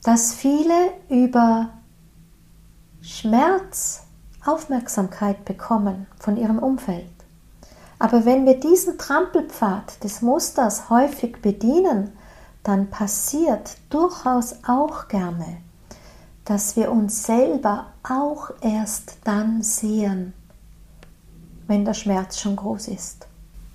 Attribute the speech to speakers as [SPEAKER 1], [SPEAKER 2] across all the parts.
[SPEAKER 1] dass viele über Schmerz Aufmerksamkeit bekommen von ihrem Umfeld. Aber wenn wir diesen Trampelpfad des Musters häufig bedienen, dann passiert durchaus auch gerne, dass wir uns selber auch erst dann sehen, wenn der Schmerz schon groß ist.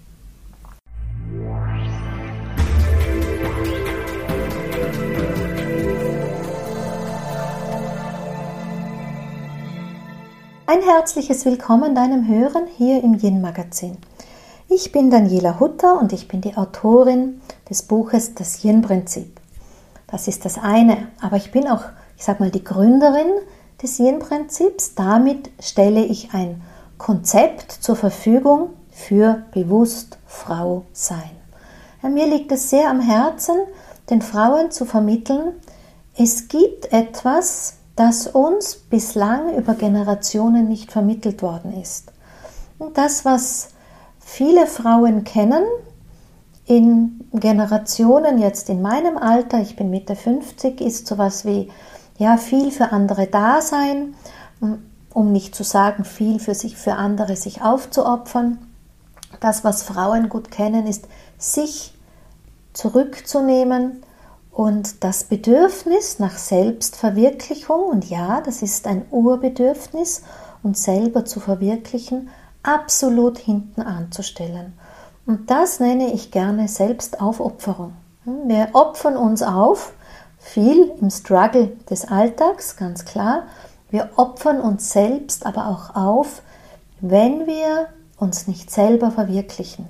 [SPEAKER 1] Ein herzliches Willkommen deinem Hören hier im Yin-Magazin. Ich bin Daniela Hutter und ich bin die Autorin des Buches Das Yin-Prinzip. Das ist das eine, aber ich bin auch, die Gründerin des Yin-Prinzips. Damit stelle ich ein Konzept zur Verfügung für bewusst Frau sein. Mir liegt es sehr am Herzen, den Frauen zu vermitteln, es gibt etwas, das uns bislang über Generationen nicht vermittelt worden ist. Und das, was viele Frauen kennen, in Generationen jetzt in meinem Alter, ich bin Mitte 50, ist sowas wie viel für andere da sein, um nicht zu sagen, viel für andere sich aufzuopfern. Das, was Frauen gut kennen, ist, sich zurückzunehmen und das Bedürfnis nach Selbstverwirklichung, und ja, das ist ein Urbedürfnis, uns selber zu verwirklichen, absolut hinten anzustellen. Und das nenne ich gerne Selbstaufopferung. Wir opfern uns auf, viel im Struggle des Alltags, ganz klar. Wir opfern uns selbst aber auch auf, wenn wir uns nicht selber verwirklichen.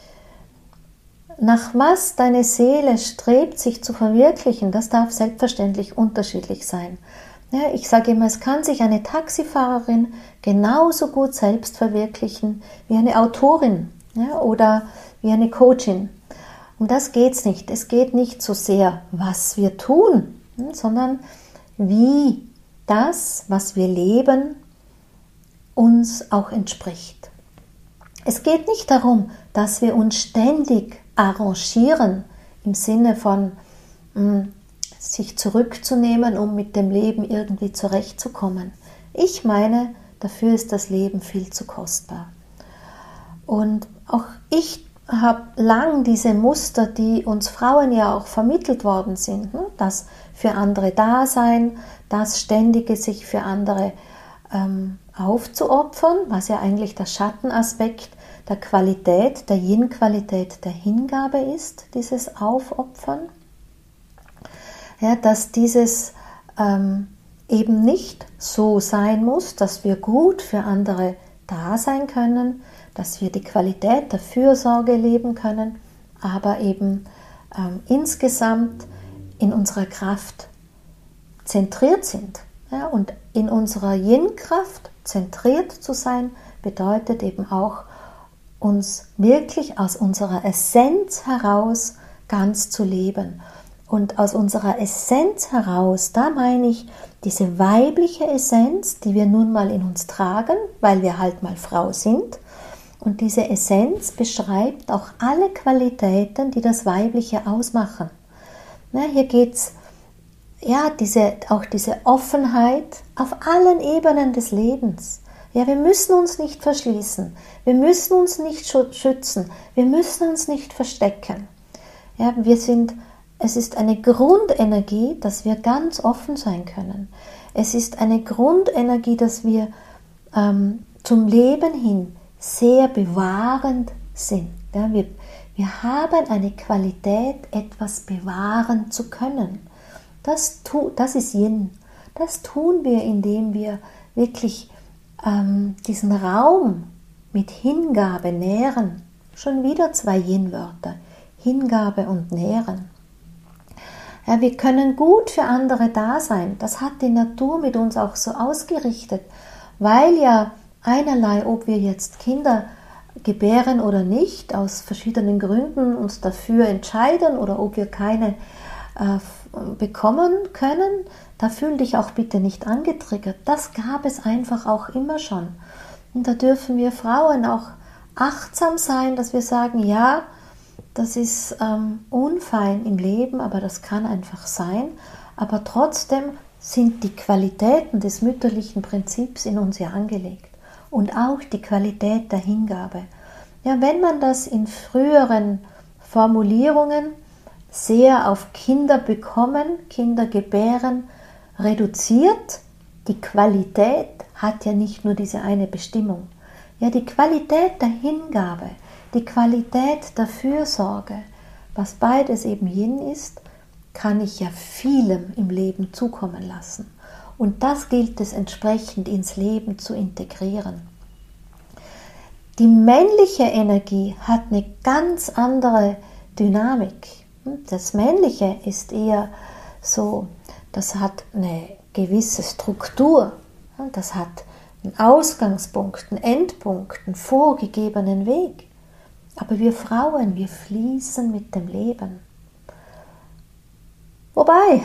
[SPEAKER 1] Nach was deine Seele strebt, sich zu verwirklichen, das darf selbstverständlich unterschiedlich sein. Ja, ich sage immer, es kann sich eine Taxifahrerin genauso gut selbst verwirklichen wie eine Autorin, oder wie eine Coachin. Um das geht es nicht. Es geht nicht so sehr, was wir tun, sondern wie das, was wir leben, uns auch entspricht. Es geht nicht darum, dass wir uns ständig arrangieren, im Sinne von sich zurückzunehmen, um mit dem Leben irgendwie zurechtzukommen. Ich meine, dafür ist das Leben viel zu kostbar. Und auch ich habe lang diese Muster, die uns Frauen ja auch vermittelt worden sind, das für andere Dasein, das ständige sich für andere aufzuopfern, was ja eigentlich der Schattenaspekt der Qualität, der Yin-Qualität der Hingabe ist, dieses Aufopfern. Ja, dass dieses eben nicht so sein muss, dass wir gut für andere da sein können, dass wir die Qualität der Fürsorge leben können, aber eben insgesamt in unserer Kraft zentriert sind. Ja, und in unserer Yin-Kraft zentriert zu sein, bedeutet eben auch, uns wirklich aus unserer Essenz heraus ganz zu leben. Und aus unserer Essenz heraus, da meine ich diese weibliche Essenz, die wir nun mal in uns tragen, weil wir halt mal Frau sind. Und diese Essenz beschreibt auch alle Qualitäten, die das Weibliche ausmachen. Hier geht es auch diese Offenheit auf allen Ebenen des Lebens. Ja, wir müssen uns nicht verschließen, wir müssen uns nicht schützen, wir müssen uns nicht verstecken. Ja, es ist eine Grundenergie, dass wir ganz offen sein können. Es ist eine Grundenergie, dass wir zum Leben hin sehr bewahrend sind. Ja, wir haben eine Qualität, etwas bewahren zu können. Das ist Yin. Das tun wir, indem wir wirklich diesen Raum mit Hingabe nähren. Schon wieder 2 Yin-Wörter. Hingabe und Nähren. Ja, wir können gut für andere da sein. Das hat die Natur mit uns auch so ausgerichtet, weil ja einerlei, ob wir jetzt Kinder gebären oder nicht, aus verschiedenen Gründen uns dafür entscheiden oder ob wir keine bekommen können, da fühl dich auch bitte nicht angetriggert. Das gab es einfach auch immer schon. Und da dürfen wir Frauen auch achtsam sein, dass wir sagen, das ist unfein im Leben, aber das kann einfach sein. aber trotzdem sind die Qualitäten des mütterlichen Prinzips in uns ja angelegt und auch die Qualität der Hingabe. Ja, wenn man das in früheren Formulierungen sehr auf Kinder bekommen, Kinder gebären reduziert, die Qualität hat ja nicht nur diese eine Bestimmung. Ja, die Qualität der Hingabe, die Qualität der Fürsorge, was beides eben Yin ist, kann ich ja vielem im Leben zukommen lassen. Und das gilt es entsprechend ins Leben zu integrieren. Die männliche Energie hat eine ganz andere Dynamik. Das Männliche ist eher so, das hat eine gewisse Struktur, das hat einen Ausgangspunkt, einen Endpunkt, einen vorgegebenen Weg. Aber wir Frauen, wir fließen mit dem Leben. Wobei,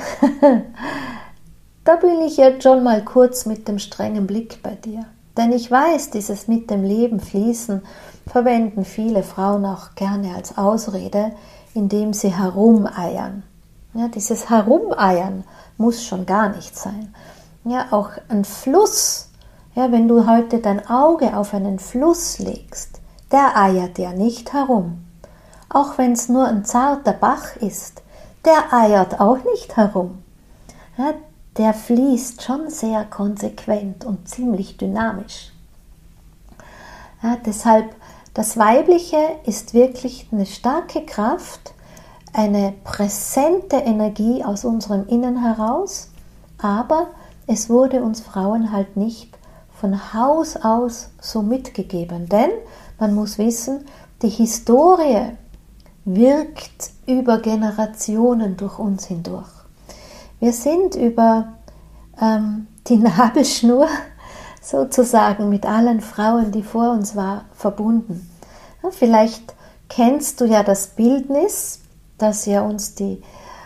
[SPEAKER 1] da bin ich jetzt schon mal kurz mit dem strengen Blick bei dir. Denn ich weiß, dieses mit dem Leben fließen verwenden viele Frauen auch gerne als Ausrede, indem sie herumeiern. Ja, dieses Herumeiern muss schon gar nicht sein. Ja, auch ein Fluss, ja, wenn du heute dein Auge auf einen Fluss legst, der eiert ja nicht herum. Auch wenn es nur ein zarter Bach ist, der eiert auch nicht herum. Ja, der fließt schon sehr konsequent und ziemlich dynamisch. Ja, deshalb, das Weibliche ist wirklich eine starke Kraft, eine präsente Energie aus unserem Innen heraus, aber es wurde uns Frauen halt nicht von Haus aus so mitgegeben, denn man muss wissen, die Historie wirkt über Generationen durch uns hindurch. Wir sind über die Nabelschnur sozusagen mit allen Frauen, die vor uns waren, verbunden. Ja, vielleicht kennst du ja das Bildnis, das ja uns die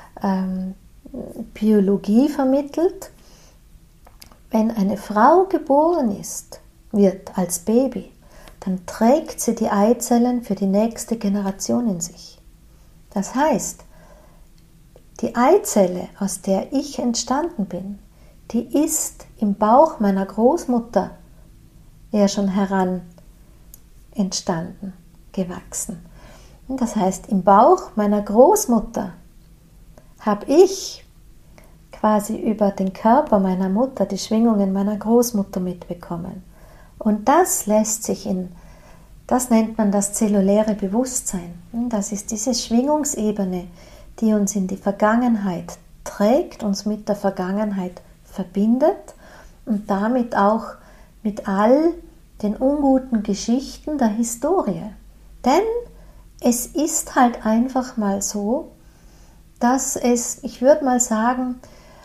[SPEAKER 1] Biologie vermittelt. Wenn eine Frau geboren wird als Baby, dann trägt sie die Eizellen für die nächste Generation in sich. Das heißt, die Eizelle, aus der ich entstanden bin, die ist im Bauch meiner Großmutter ja schon heran entstanden, gewachsen. Und das heißt, im Bauch meiner Großmutter habe ich quasi über den Körper meiner Mutter die Schwingungen meiner Großmutter mitbekommen. Und das lässt sich das nennt man das zelluläre Bewusstsein. Das ist diese Schwingungsebene, die uns in die Vergangenheit trägt, uns mit der Vergangenheit verbindet und damit auch mit all den unguten Geschichten der Historie. Denn es ist halt einfach mal so, dass ich würde mal sagen,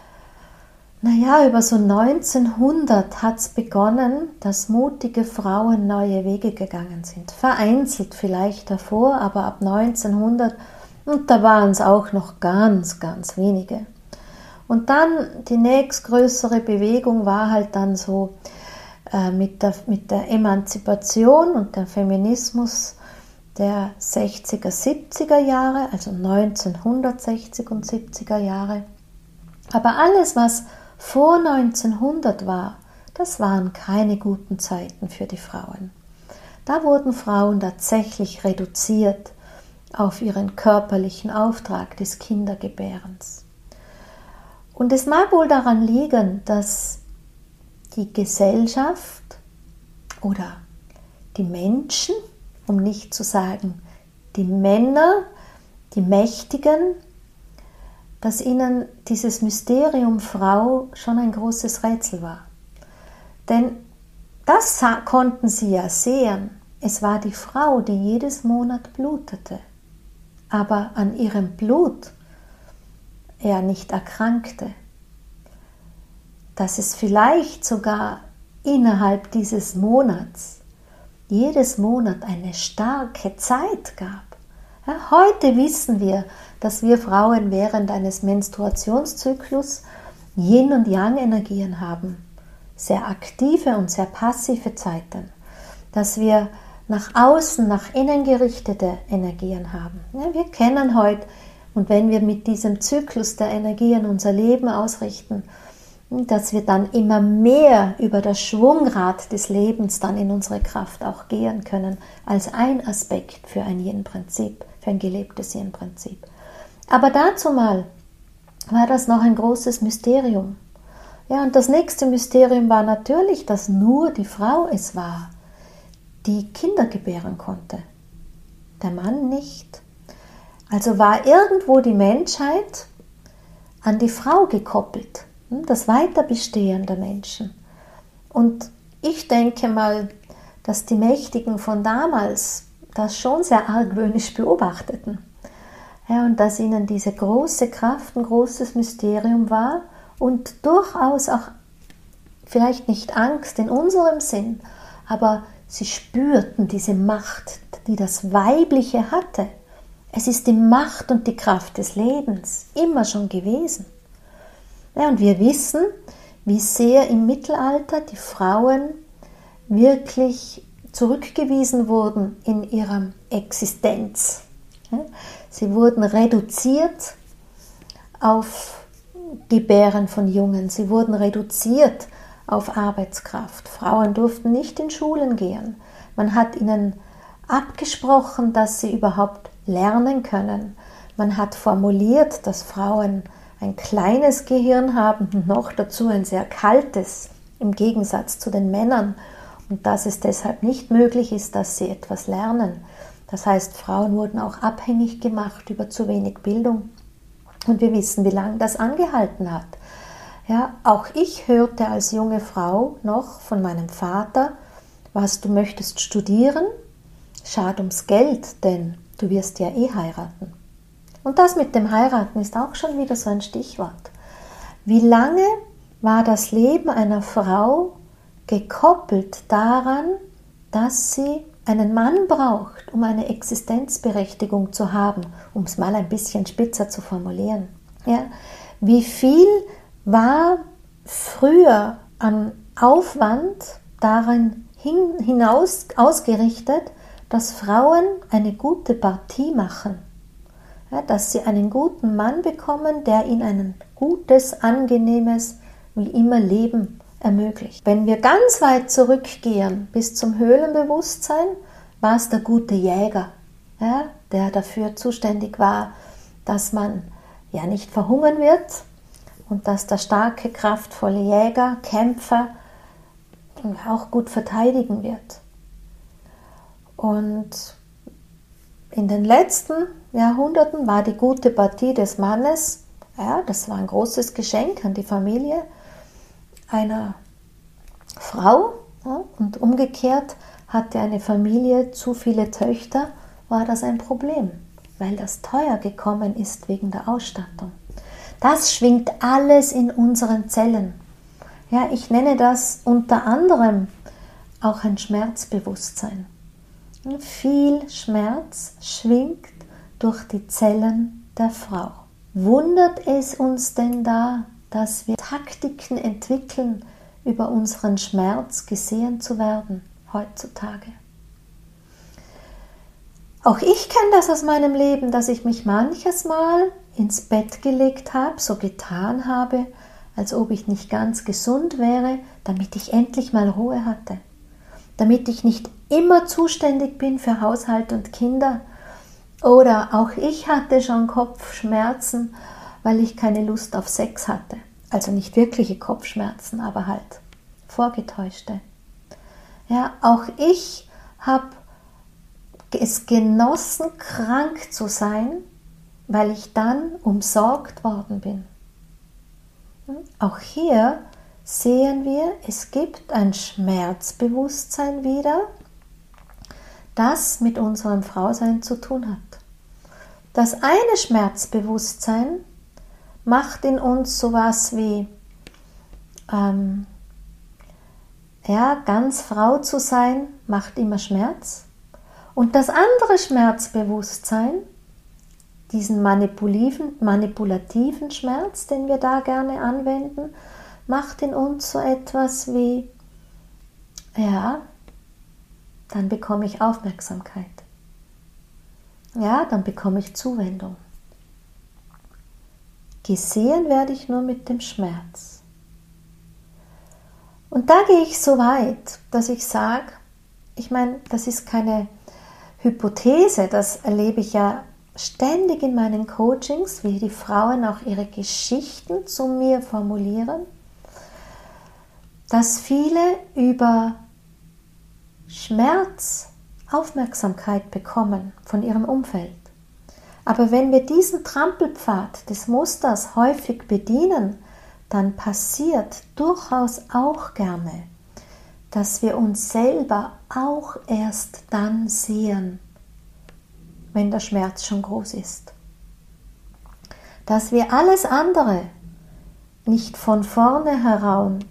[SPEAKER 1] über so 1900 hat es begonnen, dass mutige Frauen neue Wege gegangen sind. Vereinzelt vielleicht davor, aber ab 1900, und da waren es auch noch ganz, ganz wenige. Und dann die nächstgrößere Bewegung war halt dann so mit der Emanzipation und dem Feminismus der 60er, 70er Jahre, also 1960 und 70er Jahre. Aber alles, was vor 1900 war, das waren keine guten Zeiten für die Frauen. Da wurden Frauen tatsächlich reduziert auf ihren körperlichen Auftrag des Kindergebärens. Und es mag wohl daran liegen, dass die Gesellschaft oder die Menschen, um nicht zu sagen die Männer, die Mächtigen, dass ihnen dieses Mysterium Frau schon ein großes Rätsel war. Denn das konnten sie ja sehen. Es war die Frau, die jedes Monat blutete, aber an ihrem Blut er nicht erkrankte. Dass es vielleicht sogar innerhalb dieses Monats, jedes Monat eine starke Zeit gab. Ja, heute wissen wir, dass wir Frauen während eines Menstruationszyklus Yin- und Yang-Energien haben. Sehr aktive und sehr passive Zeiten. Dass wir nach außen, nach innen gerichtete Energien haben. Ja, wir kennen heute Und wenn wir mit diesem Zyklus der Energien unser Leben ausrichten, dass wir dann immer mehr über das Schwungrad des Lebens dann in unsere Kraft auch gehen können, als ein Aspekt für ein Yin-Prinzip, für ein gelebtes Yin-Prinzip. Aber dazu mal war das noch ein großes Mysterium. Ja, und das nächste Mysterium war natürlich, dass nur die Frau es war, die Kinder gebären konnte. Der Mann nicht. Also war irgendwo die Menschheit an die Frau gekoppelt, das Weiterbestehen der Menschen. Und ich denke mal, dass die Mächtigen von damals das schon sehr argwöhnisch beobachteten. Ja, und dass ihnen diese große Kraft ein großes Mysterium war und durchaus auch vielleicht nicht Angst in unserem Sinn, aber sie spürten diese Macht, die das Weibliche hatte. Es ist die Macht und die Kraft des Lebens immer schon gewesen. Ja, und wir wissen, wie sehr im Mittelalter die Frauen wirklich zurückgewiesen wurden in ihrer Existenz. Sie wurden reduziert auf Gebären von Jungen, sie wurden reduziert auf Arbeitskraft. Frauen durften nicht in Schulen gehen. Man hat ihnen abgesprochen, dass sie überhaupt lernen können. Man hat formuliert, dass Frauen ein kleines Gehirn haben und noch dazu ein sehr kaltes, im Gegensatz zu den Männern, und dass es deshalb nicht möglich ist, dass sie etwas lernen. Das heißt, Frauen wurden auch abhängig gemacht über zu wenig Bildung. Und wir wissen, wie lange das angehalten hat. Ja, auch ich hörte als junge Frau noch von meinem Vater, was du möchtest studieren, schade ums Geld, denn du wirst ja eh heiraten. Und das mit dem Heiraten ist auch schon wieder so ein Stichwort. Wie lange war das Leben einer Frau gekoppelt daran, dass sie einen Mann braucht, um eine Existenzberechtigung zu haben, um es mal ein bisschen spitzer zu formulieren. Ja, wie viel war früher an Aufwand darin hinaus ausgerichtet, dass Frauen eine gute Partie machen, ja, dass sie einen guten Mann bekommen, der ihnen ein gutes, angenehmes, wie immer Leben ermöglicht. Wenn wir ganz weit zurückgehen bis zum Höhlenbewusstsein, war es der gute Jäger, ja, der dafür zuständig war, dass man ja nicht verhungern wird und dass der starke, kraftvolle Jäger, Kämpfer auch gut verteidigen wird. Und in den letzten Jahrhunderten war die gute Partie des Mannes, ja, das war ein großes Geschenk an die Familie einer Frau, ja, und umgekehrt hatte eine Familie zu viele Töchter, war das ein Problem, weil das teuer gekommen ist wegen der Ausstattung. Das schwingt alles in unseren Zellen. Ja, ich nenne das unter anderem auch ein Schmerzbewusstsein. Viel Schmerz schwingt durch die Zellen der Frau. Wundert es uns denn da, dass wir Taktiken entwickeln, über unseren Schmerz gesehen zu werden heutzutage? Auch ich kenne das aus meinem Leben, dass ich mich manches Mal ins Bett gelegt habe, so getan habe, als ob ich nicht ganz gesund wäre, damit ich endlich mal Ruhe hatte. Damit ich nicht immer zuständig bin für Haushalt und Kinder. Oder auch ich hatte schon Kopfschmerzen, weil ich keine Lust auf Sex hatte. Also nicht wirkliche Kopfschmerzen, aber halt vorgetäuschte. Ja, auch ich habe es genossen, krank zu sein, weil ich dann umsorgt worden bin. Auch hier sehen wir, es gibt ein Schmerzbewusstsein wieder, das mit unserem Frausein zu tun hat. Das eine Schmerzbewusstsein macht in uns sowas wie, ganz Frau zu sein, macht immer Schmerz. Und das andere Schmerzbewusstsein, diesen manipulativen Schmerz, den wir da gerne anwenden, macht in uns so etwas wie, ja, dann bekomme ich Aufmerksamkeit. Ja, dann bekomme ich Zuwendung. Gesehen werde ich nur mit dem Schmerz. Und da gehe ich so weit, dass ich sage, ich meine, das ist keine Hypothese, das erlebe ich ja ständig in meinen Coachings, wie die Frauen auch ihre Geschichten zu mir formulieren, dass viele über Schmerz Aufmerksamkeit bekommen von ihrem Umfeld. Aber wenn wir diesen Trampelpfad des Musters häufig bedienen, dann passiert durchaus auch gerne, dass wir uns selber auch erst dann sehen, wenn der Schmerz schon groß ist. Dass wir alles andere nicht von vornherein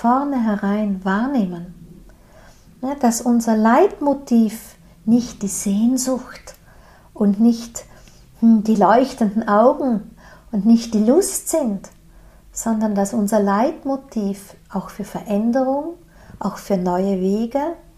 [SPEAKER 1] wahrnehmen. Ja, dass unser Leitmotiv nicht die Sehnsucht und nicht die leuchtenden Augen und nicht die Lust sind, sondern dass unser Leitmotiv auch für Veränderung, auch für neue Wege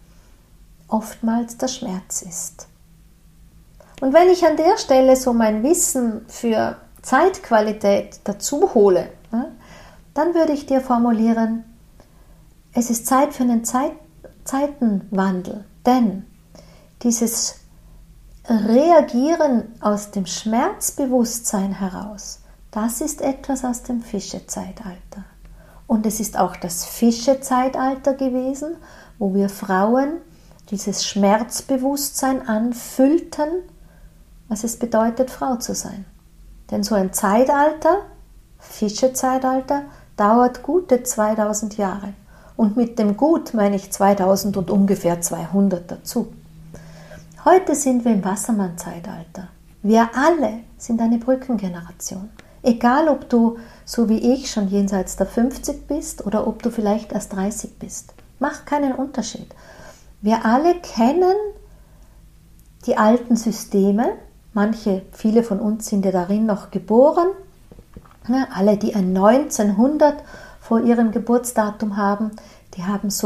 [SPEAKER 1] oftmals der Schmerz ist. Und wenn ich an der Stelle so mein Wissen für Zeitqualität dazu hole, dann würde ich dir formulieren, es ist Zeit für einen Zeitenwandel, denn dieses Reagieren aus dem Schmerzbewusstsein heraus, das ist etwas aus dem Fischezeitalter. Und es ist auch das Fischezeitalter gewesen, wo wir Frauen dieses Schmerzbewusstsein anfüllten, was es bedeutet, Frau zu sein. Denn so ein Zeitalter, Fischezeitalter, dauert gute 2000 Jahre. Und mit dem Gut meine ich 2000 und ungefähr 200 dazu. Heute sind wir im Wassermann-Zeitalter. Wir alle sind eine Brückengeneration. Egal, ob du, so wie ich, schon jenseits der 50 bist oder ob du vielleicht erst 30 bist. Macht keinen Unterschied. Wir alle kennen die alten Systeme. Viele von uns sind ja darin noch geboren. Alle, die ein 1900 vor ihrem Geburtsdatum haben, die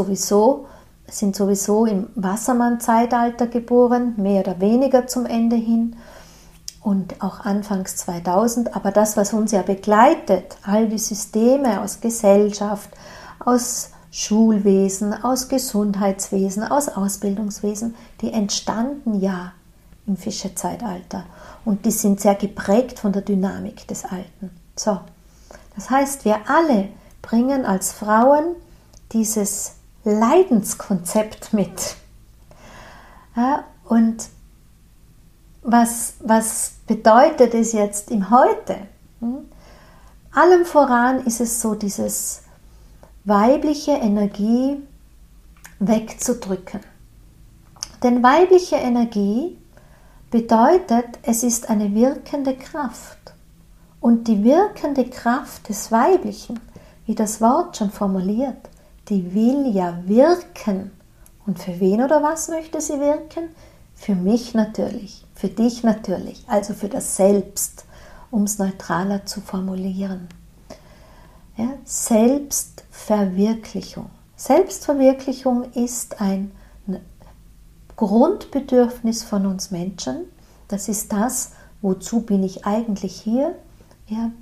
[SPEAKER 1] sind sowieso im Wassermann-Zeitalter geboren, mehr oder weniger zum Ende hin und auch anfangs 2000. Aber das, was uns ja begleitet, all die Systeme aus Gesellschaft, aus Schulwesen, aus Gesundheitswesen, aus Ausbildungswesen, die entstanden ja im Fischezeitalter und die sind sehr geprägt von der Dynamik des Alten. So, das heißt, wir alle bringen als Frauen dieses Leidenskonzept mit. Ja, und was bedeutet es jetzt im Heute? Allem voran ist es so, dieses weibliche Energie wegzudrücken. Denn weibliche Energie bedeutet, es ist eine wirkende Kraft. Und die wirkende Kraft des Weiblichen, wie das Wort schon formuliert, die will ja wirken. Und für wen oder was möchte sie wirken? Für mich natürlich, für dich natürlich, also für das Selbst, um es neutraler zu formulieren. Ja, Selbstverwirklichung. Selbstverwirklichung ist ein Grundbedürfnis von uns Menschen. Das ist das, wozu bin ich eigentlich hier? Ja,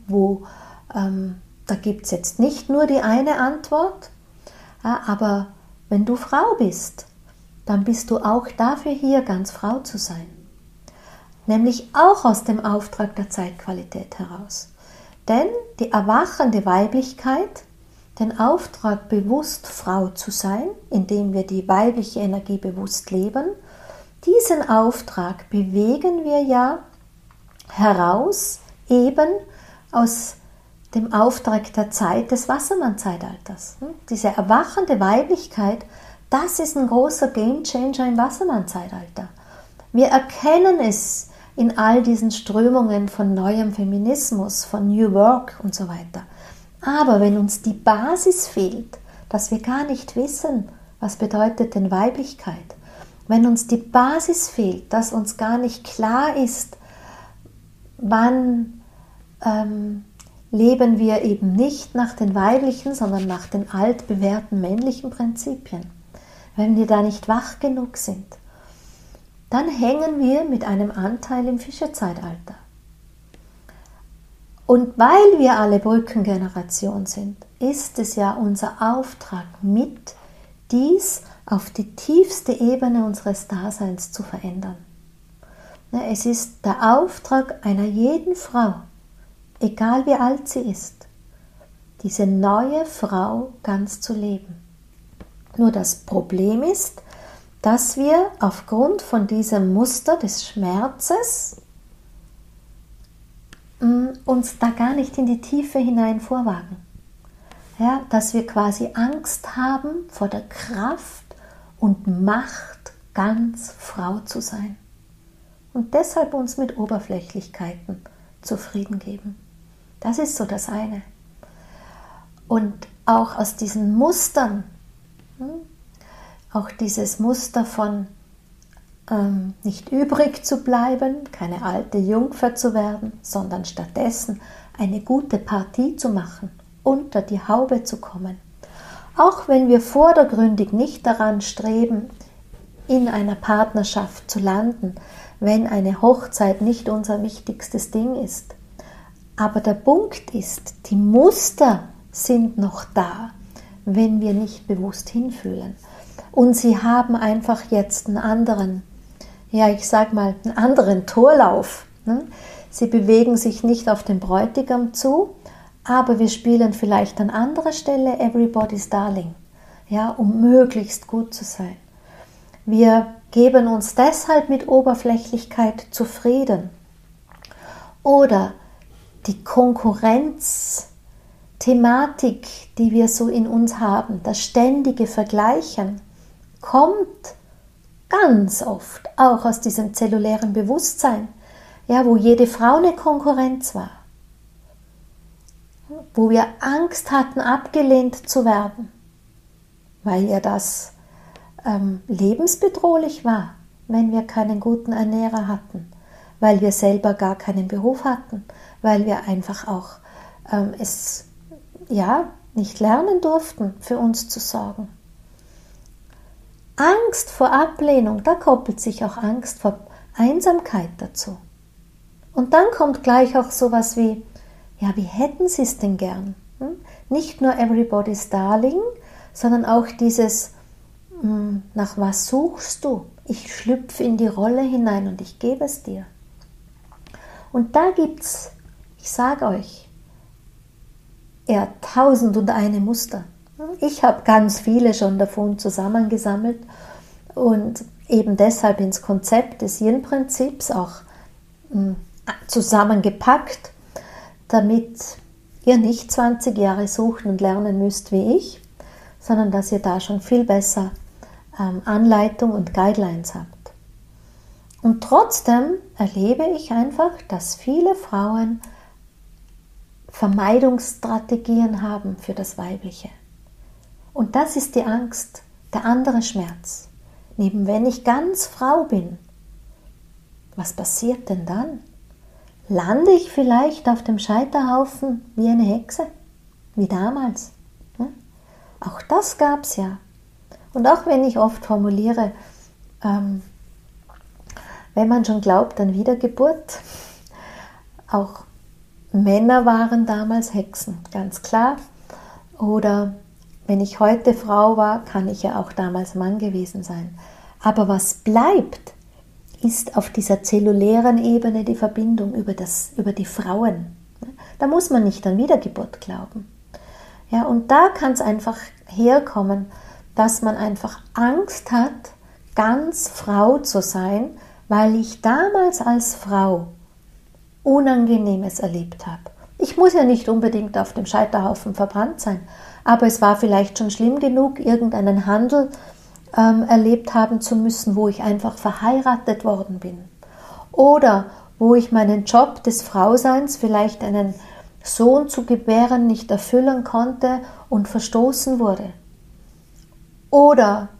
[SPEAKER 1] da gibt es jetzt nicht nur die eine Antwort, ja, aber wenn du Frau bist, dann bist du auch dafür hier, ganz Frau zu sein. Nämlich auch aus dem Auftrag der Zeitqualität heraus. Denn die erwachende Weiblichkeit, den Auftrag, bewusst Frau zu sein, indem wir die weibliche Energie bewusst leben, diesen Auftrag bewegen wir ja heraus, eben aus dem Auftrag der Zeit des Wassermann-Zeitalters. Diese erwachende Weiblichkeit, das ist ein großer Gamechanger im Wassermann-Zeitalter. Wir erkennen es in all diesen Strömungen von neuem Feminismus, von New Work und so weiter. Aber wenn uns die Basis fehlt, dass wir gar nicht wissen, was bedeutet denn Weiblichkeit, wenn uns die Basis fehlt, dass uns gar nicht klar ist, wann leben wir eben nicht nach den weiblichen, sondern nach den altbewährten männlichen Prinzipien. Wenn wir da nicht wach genug sind, dann hängen wir mit einem Anteil im Fischezeitalter. Und weil wir alle Brückengeneration sind, ist es ja unser Auftrag mit, dies auf die tiefste Ebene unseres Daseins zu verändern. Es ist der Auftrag einer jeden Frau, egal wie alt sie ist, diese neue Frau ganz zu leben. Nur das Problem ist, dass wir aufgrund von diesem Muster des Schmerzes uns da gar nicht in die Tiefe hinein vorwagen. Ja, dass wir quasi Angst haben vor der Kraft und Macht, ganz Frau zu sein. Und deshalb uns mit Oberflächlichkeiten zufrieden geben. Das ist so das eine. Und auch aus diesen Mustern, auch dieses Muster von nicht übrig zu bleiben, keine alte Jungfer zu werden, sondern stattdessen eine gute Partie zu machen, unter die Haube zu kommen. Auch wenn wir vordergründig nicht daran streben, in einer Partnerschaft zu landen, wenn eine Hochzeit nicht unser wichtigstes Ding ist. Aber der Punkt ist, die Muster sind noch da, wenn wir nicht bewusst hinfühlen. Und sie haben einfach jetzt einen anderen, einen anderen Torlauf. Sie bewegen sich nicht auf den Bräutigam zu, aber wir spielen vielleicht an anderer Stelle Everybody's Darling, um möglichst gut zu sein. Wir geben uns deshalb mit Oberflächlichkeit zufrieden. Oder die Konkurrenzthematik, die wir so in uns haben, das ständige Vergleichen, kommt ganz oft auch aus diesem zellulären Bewusstsein, wo jede Frau eine Konkurrenz war, wo wir Angst hatten, abgelehnt zu werden, weil ja das lebensbedrohlich war, wenn wir keinen guten Ernährer hatten, weil wir selber gar keinen Beruf hatten, weil wir einfach auch es nicht lernen durften, für uns zu sorgen. Angst vor Ablehnung, da koppelt sich auch Angst vor Einsamkeit dazu. Und dann kommt gleich auch sowas wie, wie hätten Sie es denn gern? Nicht nur Everybody's Darling, sondern auch dieses, nach was suchst du? Ich schlüpfe in die Rolle hinein und ich gebe es dir. Und da gibt's, ich sage euch, 1001 Muster. Ich habe ganz viele schon davon zusammengesammelt und eben deshalb ins Konzept des Yin-Prinzips auch zusammengepackt, damit ihr nicht 20 Jahre suchen und lernen müsst wie ich, sondern dass ihr da schon viel besser Anleitung und Guidelines habt. Und trotzdem erlebe ich einfach, dass viele Frauen Vermeidungsstrategien haben für das Weibliche. Und das ist die Angst, der andere Schmerz. Neben wenn ich ganz Frau bin, was passiert denn dann? Lande ich vielleicht auf dem Scheiterhaufen wie eine Hexe? Wie damals? Auch das gab es ja. Und auch wenn ich oft formuliere, wenn man schon glaubt an Wiedergeburt, auch Männer waren damals Hexen, ganz klar. Oder wenn ich heute Frau war, kann ich ja auch damals Mann gewesen sein. Aber was bleibt, ist auf dieser zellulären Ebene die Verbindung über die Frauen. Da muss man nicht an Wiedergeburt glauben. Und da kann es einfach herkommen, dass man einfach Angst hat, ganz Frau zu sein, weil ich damals als Frau Unangenehmes erlebt habe. Ich muss ja nicht unbedingt auf dem Scheiterhaufen verbrannt sein, aber es war vielleicht schon schlimm genug, irgendeinen Handel erlebt haben zu müssen, wo ich einfach verheiratet worden bin. Oder wo ich meinen Job des Frauseins, vielleicht einen Sohn zu gebären, nicht erfüllen konnte und verstoßen wurde. Oder.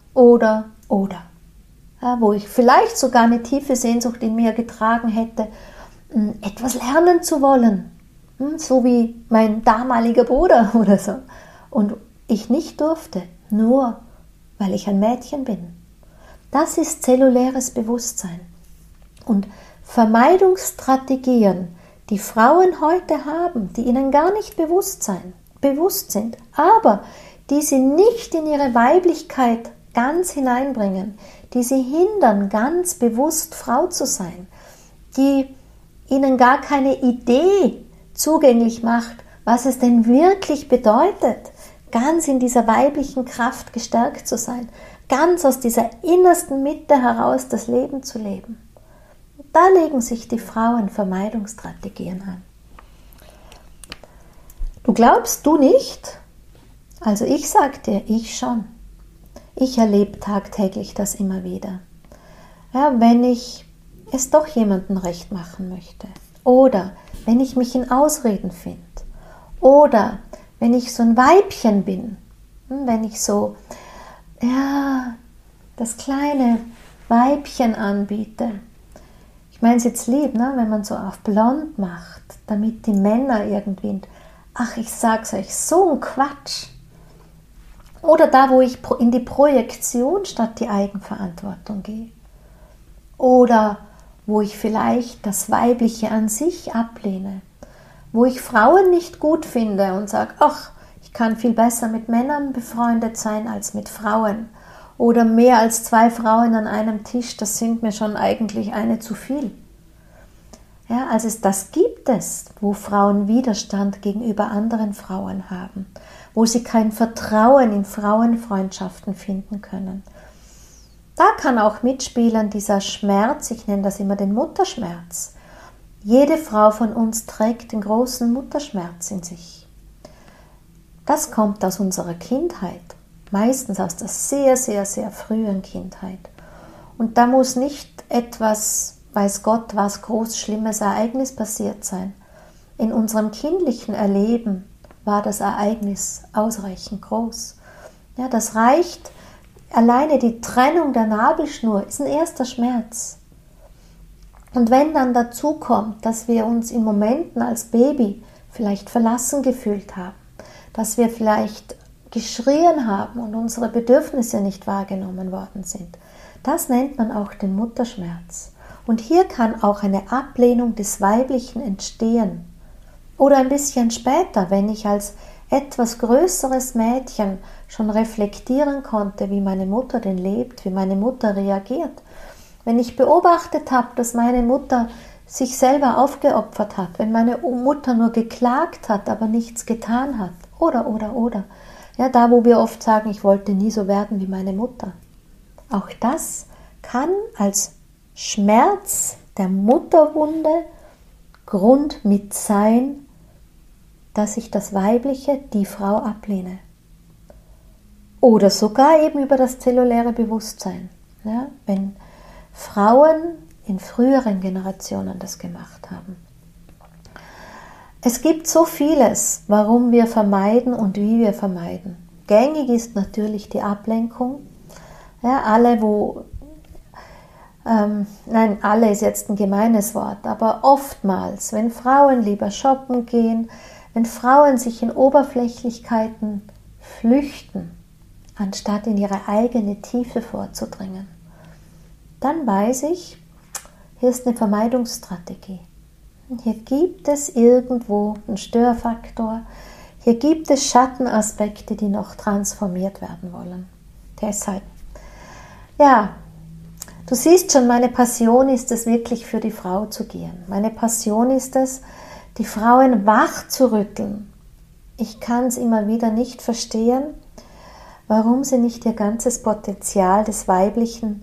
[SPEAKER 1] Wo ich vielleicht sogar eine tiefe Sehnsucht in mir getragen hätte, etwas lernen zu wollen. So wie mein damaliger Bruder oder so. Und ich nicht durfte, nur weil ich ein Mädchen bin. Das ist zelluläres Bewusstsein. Und Vermeidungsstrategien, die Frauen heute haben, die ihnen gar nicht bewusst sind, aber die sie nicht in ihre Weiblichkeit ganz hineinbringen, die sie hindern, ganz bewusst Frau zu sein, die ihnen gar keine Idee zugänglich macht, was es denn wirklich bedeutet, ganz in dieser weiblichen Kraft gestärkt zu sein, ganz aus dieser innersten Mitte heraus das Leben zu leben. Da legen sich die Frauen Vermeidungsstrategien an. Du glaubst du nicht? Also ich sag dir, ich schon. Ich erlebe tagtäglich das immer wieder. Ja, wenn ich es doch jemandem recht machen möchte oder wenn ich mich in Ausreden finde oder wenn ich so ein Weibchen bin, wenn ich so, ja, das kleine Weibchen anbiete. Ich meine es jetzt lieb, ne? Wenn man so auf blond macht, damit die Männer irgendwie, ach, ich sag's euch, so ein Quatsch. Oder da, wo ich in die Projektion statt die Eigenverantwortung gehe. Oder wo ich vielleicht das Weibliche an sich ablehne. Wo ich Frauen nicht gut finde und sage, ach, ich kann viel besser mit Männern befreundet sein als mit Frauen. Oder mehr als 2 Frauen an einem Tisch, das sind mir schon eigentlich eine zu viel. Ja, also das gibt es, wo Frauen Widerstand gegenüber anderen Frauen haben, wo sie kein Vertrauen in Frauenfreundschaften finden können. Da kann auch mitspielen dieser Schmerz, ich nenne das immer den Mutterschmerz. Jede Frau von uns trägt den großen Mutterschmerz in sich. Das kommt aus unserer Kindheit, meistens aus der sehr, sehr, sehr frühen Kindheit. Und da muss nicht etwas, weiß Gott, was groß schlimmes Ereignis passiert sein. In unserem kindlichen Erleben war das Ereignis ausreichend groß. Ja, das reicht, alleine die Trennung der Nabelschnur ist ein erster Schmerz. Und wenn dann dazu kommt, dass wir uns in Momenten als Baby vielleicht verlassen gefühlt haben, dass wir vielleicht geschrien haben und unsere Bedürfnisse nicht wahrgenommen worden sind, das nennt man auch den Mutterschmerz. Und hier kann auch eine Ablehnung des Weiblichen entstehen. Oder ein bisschen später, wenn ich als etwas größeres Mädchen schon reflektieren konnte, wie meine Mutter denn lebt, wie meine Mutter reagiert. Wenn ich beobachtet habe, dass meine Mutter sich selber aufgeopfert hat, wenn meine Mutter nur geklagt hat, aber nichts getan hat. Oder. Ja, da, wo wir oft sagen, ich wollte nie so werden wie meine Mutter. Auch das kann als Schmerz der Mutterwunde Grund mit sein, dass ich das Weibliche, die Frau, ablehne. Oder sogar eben über das zelluläre Bewusstsein. Ja, wenn Frauen in früheren Generationen das gemacht haben. Es gibt so vieles, warum wir vermeiden und wie wir vermeiden. Gängig ist natürlich die Ablenkung. Ja, alle ist jetzt ein gemeines Wort, aber oftmals, wenn Frauen lieber shoppen gehen, wenn Frauen sich in Oberflächlichkeiten flüchten, anstatt in ihre eigene Tiefe vorzudringen, dann weiß ich, hier ist eine Vermeidungsstrategie. Hier gibt es irgendwo einen Störfaktor, hier gibt es Schattenaspekte, die noch transformiert werden wollen. Deshalb, ja, du siehst schon, meine Passion ist es wirklich für die Frau zu gehen. Meine Passion ist es, die Frauen wach zu rütteln. Ich kann es immer wieder nicht verstehen, warum sie nicht ihr ganzes Potenzial des Weiblichen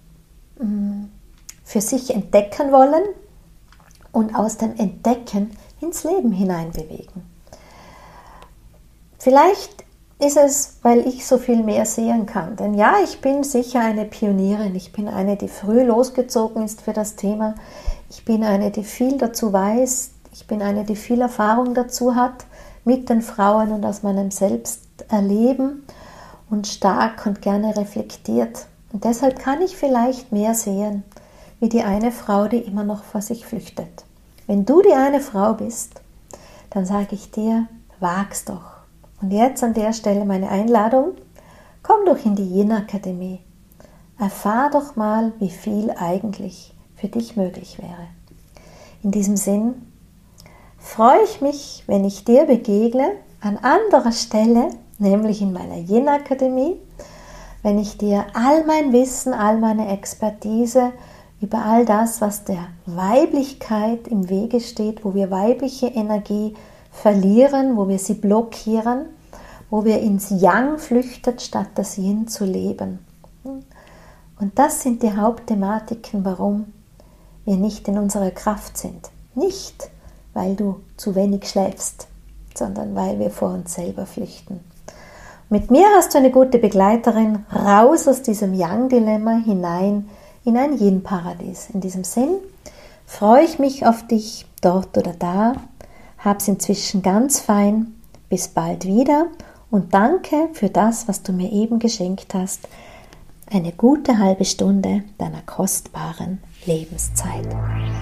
[SPEAKER 1] für sich entdecken wollen und aus dem Entdecken ins Leben hineinbewegen. Vielleicht ist es, weil ich so viel mehr sehen kann. Denn ja, ich bin sicher eine Pionierin. Ich bin eine, die früh losgezogen ist für das Thema. Ich bin eine, die viel dazu weiß. Ich bin eine, die viel Erfahrung dazu hat mit den Frauen und aus meinem Selbsterleben und stark und gerne reflektiert. Und deshalb kann ich vielleicht mehr sehen, wie die eine Frau, die immer noch vor sich flüchtet. Wenn du die eine Frau bist, dann sage ich dir, wag's doch. Und jetzt an der Stelle meine Einladung, komm doch in die Yin-Akademie. Erfahr doch mal, wie viel eigentlich für dich möglich wäre. In diesem Sinn, freue ich mich, wenn ich dir begegne, an anderer Stelle, nämlich in meiner Yin-Akademie, wenn ich dir all mein Wissen, all meine Expertise über all das, was der Weiblichkeit im Wege steht, wo wir weibliche Energie verlieren, wo wir sie blockieren, wo wir ins Yang flüchten, statt das Yin zu leben. Und das sind die Hauptthematiken, warum wir nicht in unserer Kraft sind. Nicht, weil du zu wenig schläfst, sondern weil wir vor uns selber flüchten. Mit mir hast du eine gute Begleiterin, raus aus diesem Yang-Dilemma hinein in ein Yin-Paradies. In diesem Sinn freue ich mich auf dich dort oder da. Hab's inzwischen ganz fein. Bis bald wieder und danke für das, was du mir eben geschenkt hast. Eine gute halbe Stunde deiner kostbaren Lebenszeit.